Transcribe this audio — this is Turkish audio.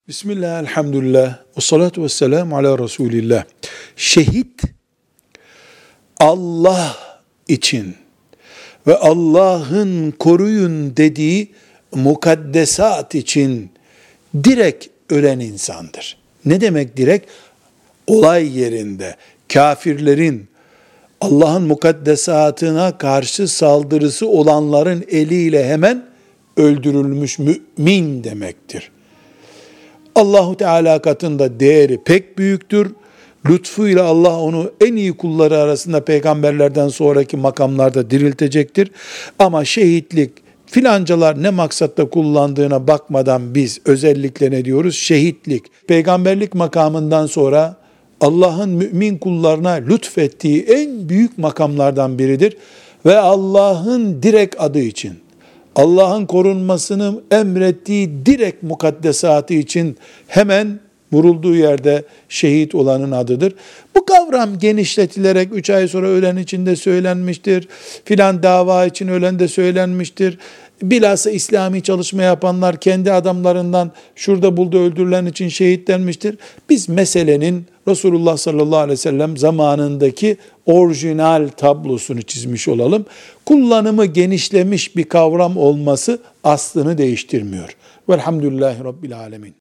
Bismillah, elhamdülillah, ve salatu ve selamu ala Resulillah. Şehit, Allah için ve Allah'ın koruyun dediği mukaddesat için direkt ölen insandır. Ne demek direkt? Olay yerinde kafirlerin, Allah'ın mukaddesatına karşı saldırısı olanların eliyle hemen öldürülmüş mümin demektir. Allahu Teala katında değeri pek büyüktür. Lütfuyla Allah onu en iyi kulları arasında peygamberlerden sonraki makamlarda diriltecektir. Ama şehitlik, filancalar ne maksatta kullandığına bakmadan biz özellikle ne diyoruz? Şehitlik, peygamberlik makamından sonra Allah'ın mümin kullarına lütfettiği en büyük makamlardan biridir. Ve Allah'ın direkt adı için, Allah'ın korunmasını emrettiği direkt mukaddesatı için hemen vurulduğu yerde şehit olanın adıdır. Bu kavram genişletilerek 3 ay sonra ölen için de söylenmiştir. Filan dava için ölen de söylenmiştir. Bilhassa İslami çalışma yapanlar kendi adamlarından şurada buldu öldürülen için şehit denmiştir. Biz meselenin Resulullah sallallahu aleyhi ve sellem zamanındaki orijinal tablosunu çizmiş olalım. Kullanımı genişlemiş bir kavram olması aslını değiştirmiyor. Velhamdülillahi Rabbil alemin.